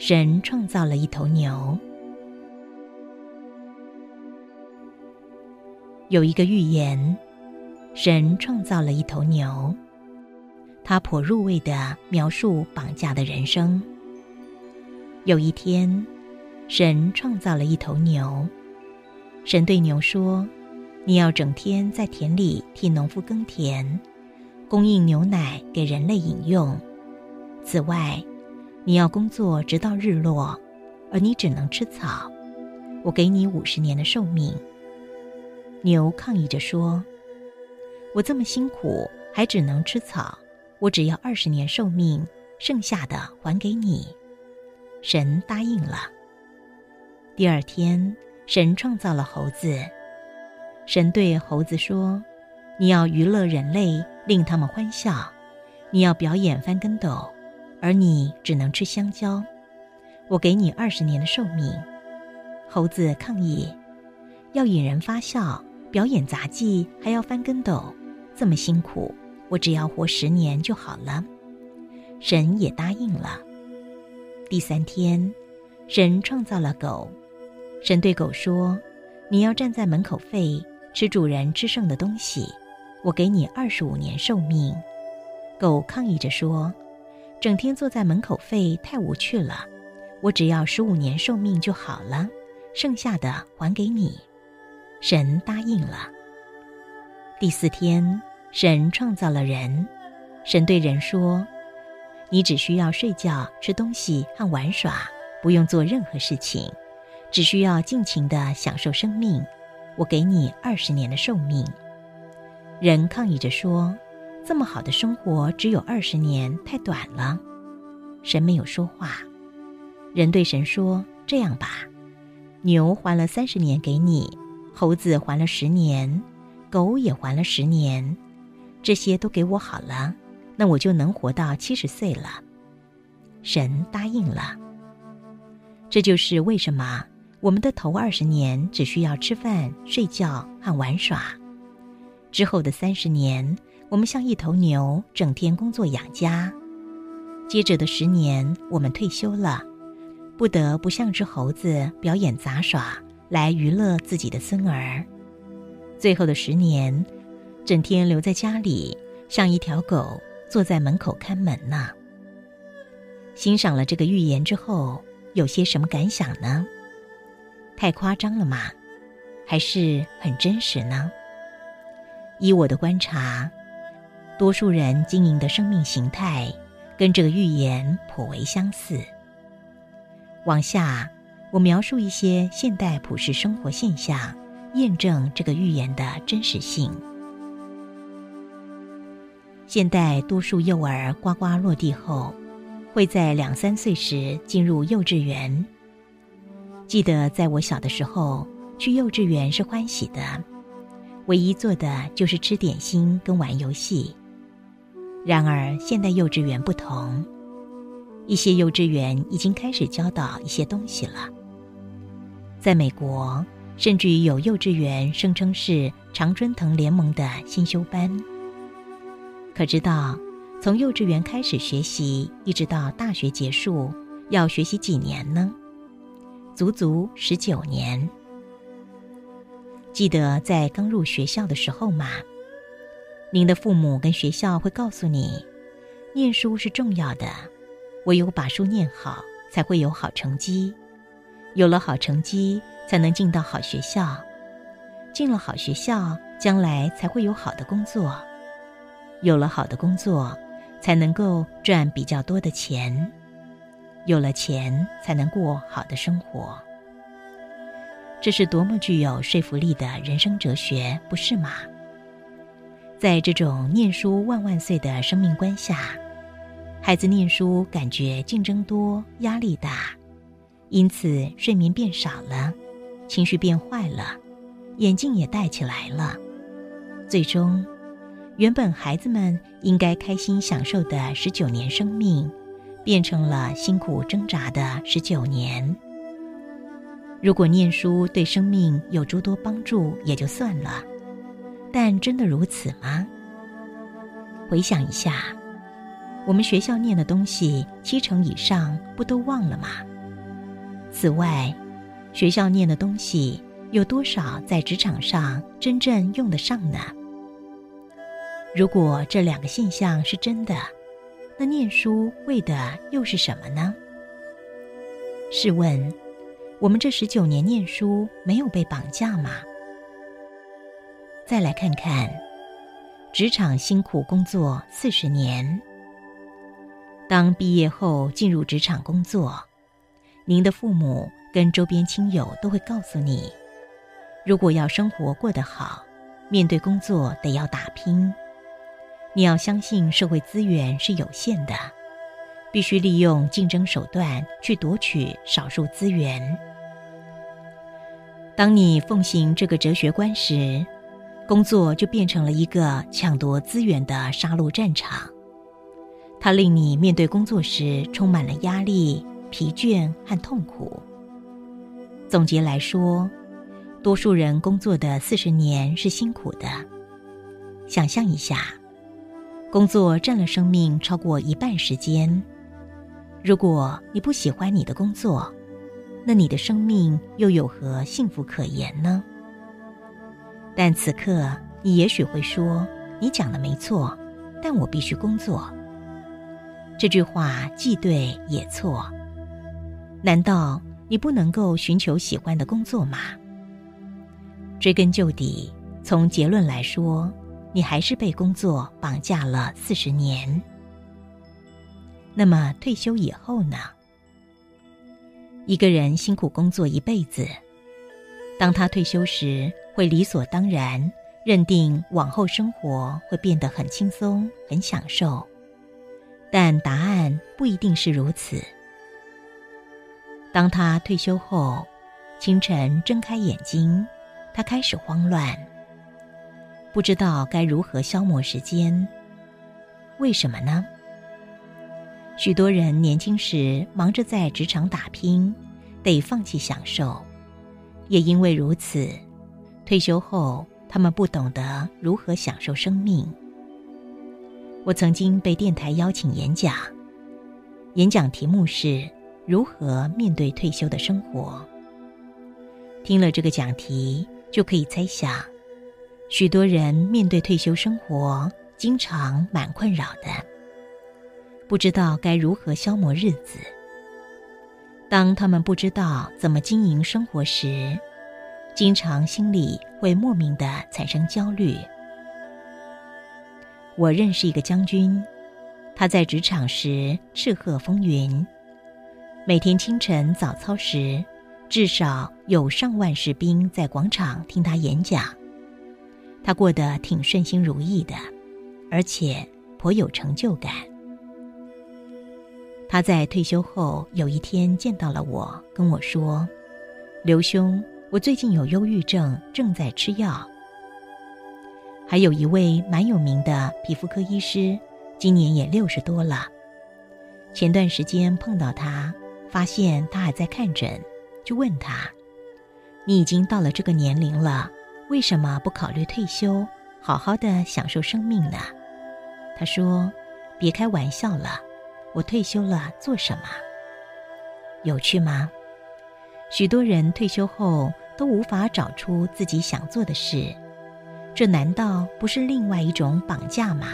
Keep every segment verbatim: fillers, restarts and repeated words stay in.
神创造了一头牛。有一个寓言，神创造了一头牛，他颇入味地描述绑架的人生。有一天，神创造了一头牛，神对牛说：你要整天在田里替农夫耕田，供应牛奶给人类饮用。此外，你要工作直到日落，而你只能吃草。我给你五十年的寿命。牛抗议着说：我这么辛苦，还只能吃草，我只要二十年寿命，剩下的还给你。神答应了。第二天，神创造了猴子。神对猴子说：你要娱乐人类，令他们欢笑，你要表演翻跟斗，而你只能吃香蕉。我给你二十年的寿命。猴子抗议：要引人发笑，表演杂技，还要翻跟斗，这么辛苦，我只要活十年就好了。神也答应了。第三天，神创造了狗。神对狗说：你要站在门口吠，吃主人吃剩的东西，我给你二十五年寿命。狗抗议着说：整天坐在门口吠太无趣了，我只要十五年寿命就好了，剩下的还给你。神答应了。第四天，神创造了人。神对人说：你只需要睡觉、吃东西和玩耍，不用做任何事情，只需要尽情地享受生命。我给你二十年的寿命。人抗议着说：这么好的生活只有二十年，太短了。神没有说话。人对神说：这样吧，牛还了三十年给你，猴子还了十年，狗也还了十年，这些都给我好了，那我就能活到七十岁了。神答应了。这就是为什么我们的头二十年只需要吃饭、睡觉和玩耍，之后的三十年，我们像一头牛，整天工作养家。接着的十年，我们退休了，不得不像只猴子表演杂耍，来娱乐自己的孙儿。最后的十年，整天留在家里，像一条狗坐在门口看门呢。欣赏了这个寓言之后，有些什么感想呢？太夸张了吗？还是很真实呢？依我的观察，多数人经营的生命形态跟这个寓言颇为相似。往下，我描述一些现代普世生活现象，验证这个寓言的真实性。现代多数幼儿呱呱落地后，会在两三岁时进入幼稚园。记得在我小的时候，去幼稚园是欢喜的，唯一做的就是吃点心跟玩游戏。然而现代幼稚园不同，一些幼稚园已经开始教导一些东西了。在美国，甚至于有幼稚园声称是常春藤联盟的先修班。可知道从幼稚园开始学习一直到大学结束要学习几年呢？足足十九年。记得在刚入学校的时候嘛，您的父母跟学校会告诉你，念书是重要的，唯有把书念好才会有好成绩，有了好成绩才能进到好学校，进了好学校将来才会有好的工作，有了好的工作才能够赚比较多的钱，有了钱才能过好的生活。这是多么具有说服力的人生哲学，不是吗？在这种念书万万岁的生命观下，孩子念书感觉竞争多，压力大，因此睡眠变少了，情绪变坏了，眼镜也戴起来了。最终，原本孩子们应该开心享受的十九年生命，变成了辛苦挣扎的十九年。如果念书对生命有诸多帮助也就算了，但真的如此吗？回想一下，我们学校念的东西七成以上不都忘了吗？ 此外，学校念的东西有多少在职场上真正用得上呢？如果这两个现象是真的，那念书为的又是什么呢？试问，我们这十九年念书没有被绑架吗？再来看看，职场辛苦工作四十年，当毕业后进入职场工作，您的父母跟周边亲友都会告诉你，如果要生活过得好，面对工作得要打拼。你要相信社会资源是有限的，必须利用竞争手段去夺取少数资源。当你奉行这个哲学观时，工作就变成了一个抢夺资源的杀戮战场。它令你面对工作时充满了压力、疲倦和痛苦。总结来说，多数人工作的四十年是辛苦的。想象一下，工作占了生命超过一半时间。如果你不喜欢你的工作，那你的生命又有何幸福可言呢？但此刻你也许会说，你讲的没错，但我必须工作。这句话既对也错。难道你不能够寻求喜欢的工作吗？追根究底，从结论来说，你还是被工作绑架了四十年。那么退休以后呢？一个人辛苦工作一辈子，当他退休时，会理所当然认定往后生活会变得很轻松、很享受。但答案不一定是如此。当他退休后，清晨睁开眼睛，他开始慌乱，不知道该如何消磨时间。为什么呢？许多人年轻时忙着在职场打拼，得放弃享受，也因为如此，退休后他们不懂得如何享受生命。我曾经被电台邀请演讲，演讲题目是如何面对退休的生活。听了这个讲题，就可以猜想，许多人面对退休生活，经常蛮困扰的，不知道该如何消磨日子。当他们不知道怎么经营生活时，经常心里会莫名地产生焦虑。我认识一个将军，他在职场时叱咤风云，每天清晨早操时，至少有上万士兵在广场听他演讲。他过得挺顺心如意的，而且颇有成就感。他在退休后有一天见到了我，跟我说：“刘兄，我最近有忧郁症，正在吃药。”还有一位蛮有名的皮肤科医师，今年也六十多了。前段时间碰到他，发现他还在看诊，就问他：“你已经到了这个年龄了，为什么不考虑退休，好好的享受生命呢？”他说：“别开玩笑了，我退休了做什么？”有趣吗？许多人退休后都无法找出自己想做的事，这难道不是另外一种绑架吗？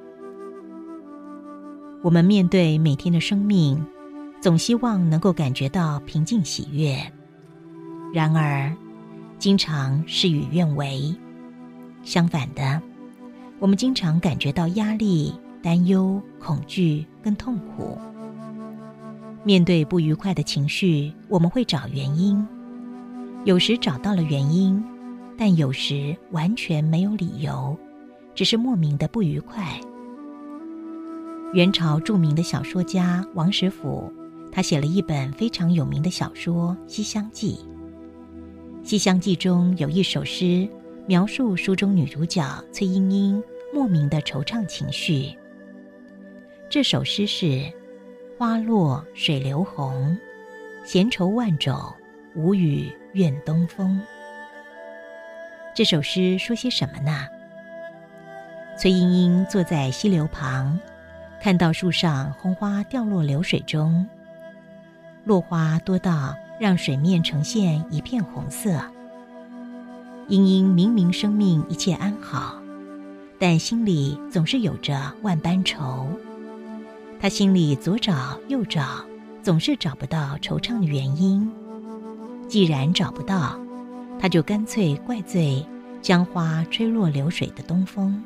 我们面对每天的生命，总希望能够感觉到平静喜悦，然而经常事与愿违。相反的，我们经常感觉到压力、担忧、恐惧跟痛苦。面对不愉快的情绪，我们会找原因，有时找到了原因，但有时完全没有理由，只是莫名的不愉快。元朝著名的小说家王实甫，他写了一本非常有名的小说《西厢记》。《西厢记》中有一首诗，描述书中女主角崔莺莺莫名的惆怅情绪。这首诗是：花落水流红，闲愁万种，无语怨东风。这首诗说些什么呢？崔莺莺坐在溪流旁，看到树上红花掉落流水中，落花多到让水面呈现一片红色。英英明明生命一切安好，但心里总是有着万般愁。他心里左找右找，总是找不到惆怅的原因。既然找不到，他就干脆怪罪将花吹落流水的东风。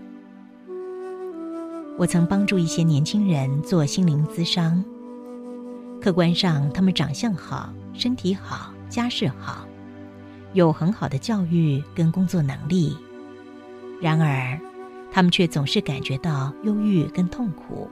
我曾帮助一些年轻人做心灵咨商，客观上他们长相好，身体好，家世好，有很好的教育跟工作能力，然而他们却总是感觉到忧郁跟痛苦。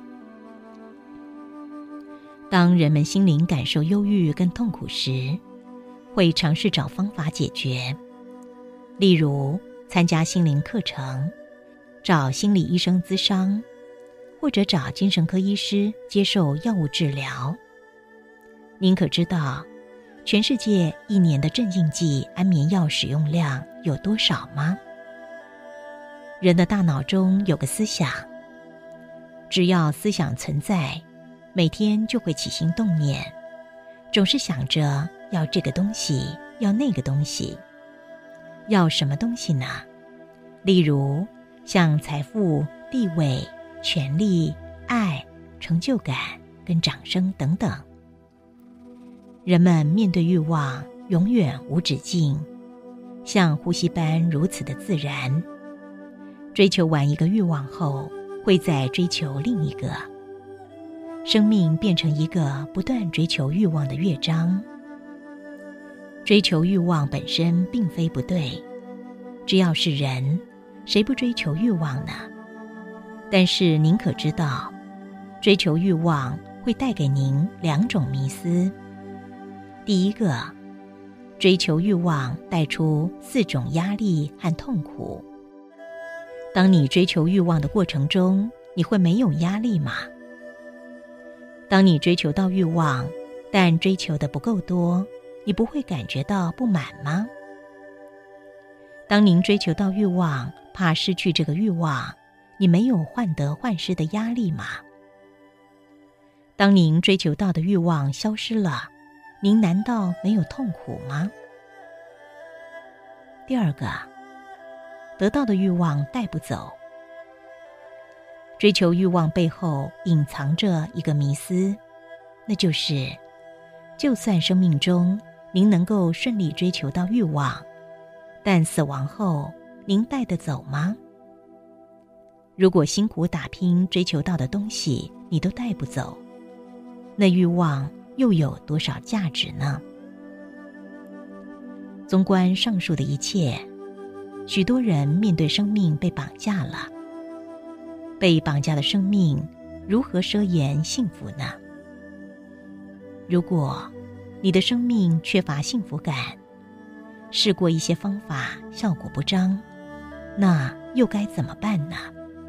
当人们心灵感受忧郁跟痛苦时，会尝试找方法解决，例如参加心灵课程，找心理医生咨商，或者找精神科医师接受药物治疗。您可知道全世界一年的镇静剂安眠药使用量有多少吗？人的大脑中有个思想，只要思想存在，每天就会起心动念，总是想着要这个东西，要那个东西。要什么东西呢？例如像财富、地位、权力、爱、成就感跟掌声等等。人们面对欲望永远无止境，像呼吸般如此的自然。追求完一个欲望后，会再追求另一个。生命变成一个不断追求欲望的乐章。追求欲望本身并非不对，只要是人，谁不追求欲望呢？但是您可知道，追求欲望会带给您两种迷思。第一个，追求欲望带出四种压力和痛苦。当你追求欲望的过程中，你会没有压力吗？当你追求到欲望，但追求的不够多，你不会感觉到不满吗？当您追求到欲望，怕失去这个欲望，你没有患得患失的压力吗？当您追求到的欲望消失了，您难道没有痛苦吗？第二个，得到的欲望带不走。追求欲望背后隐藏着一个迷思，那就是就算生命中您能够顺利追求到欲望，但死亡后您带得走吗？如果辛苦打拼追求到的东西你都带不走，那欲望又有多少价值呢？纵观上述的一切，许多人面对生命被绑架了。被绑架的生命如何奢言幸福呢？如果你的生命缺乏幸福感，试过一些方法效果不彰，那又该怎么办呢？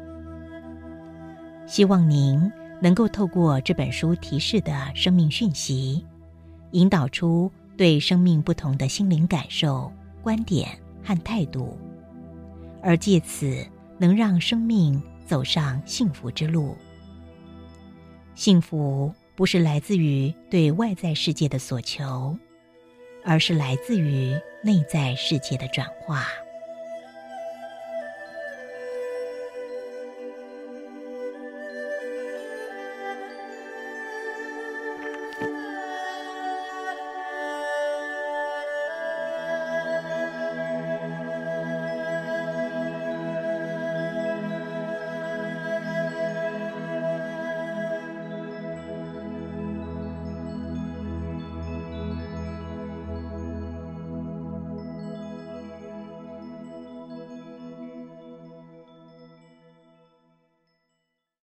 希望您能够透过这本书提示的生命讯息，引导出对生命不同的心灵感受、观点和态度，而借此能让生命走上幸福之路。幸福不是来自于对外在世界的所求，而是来自于内在世界的转化。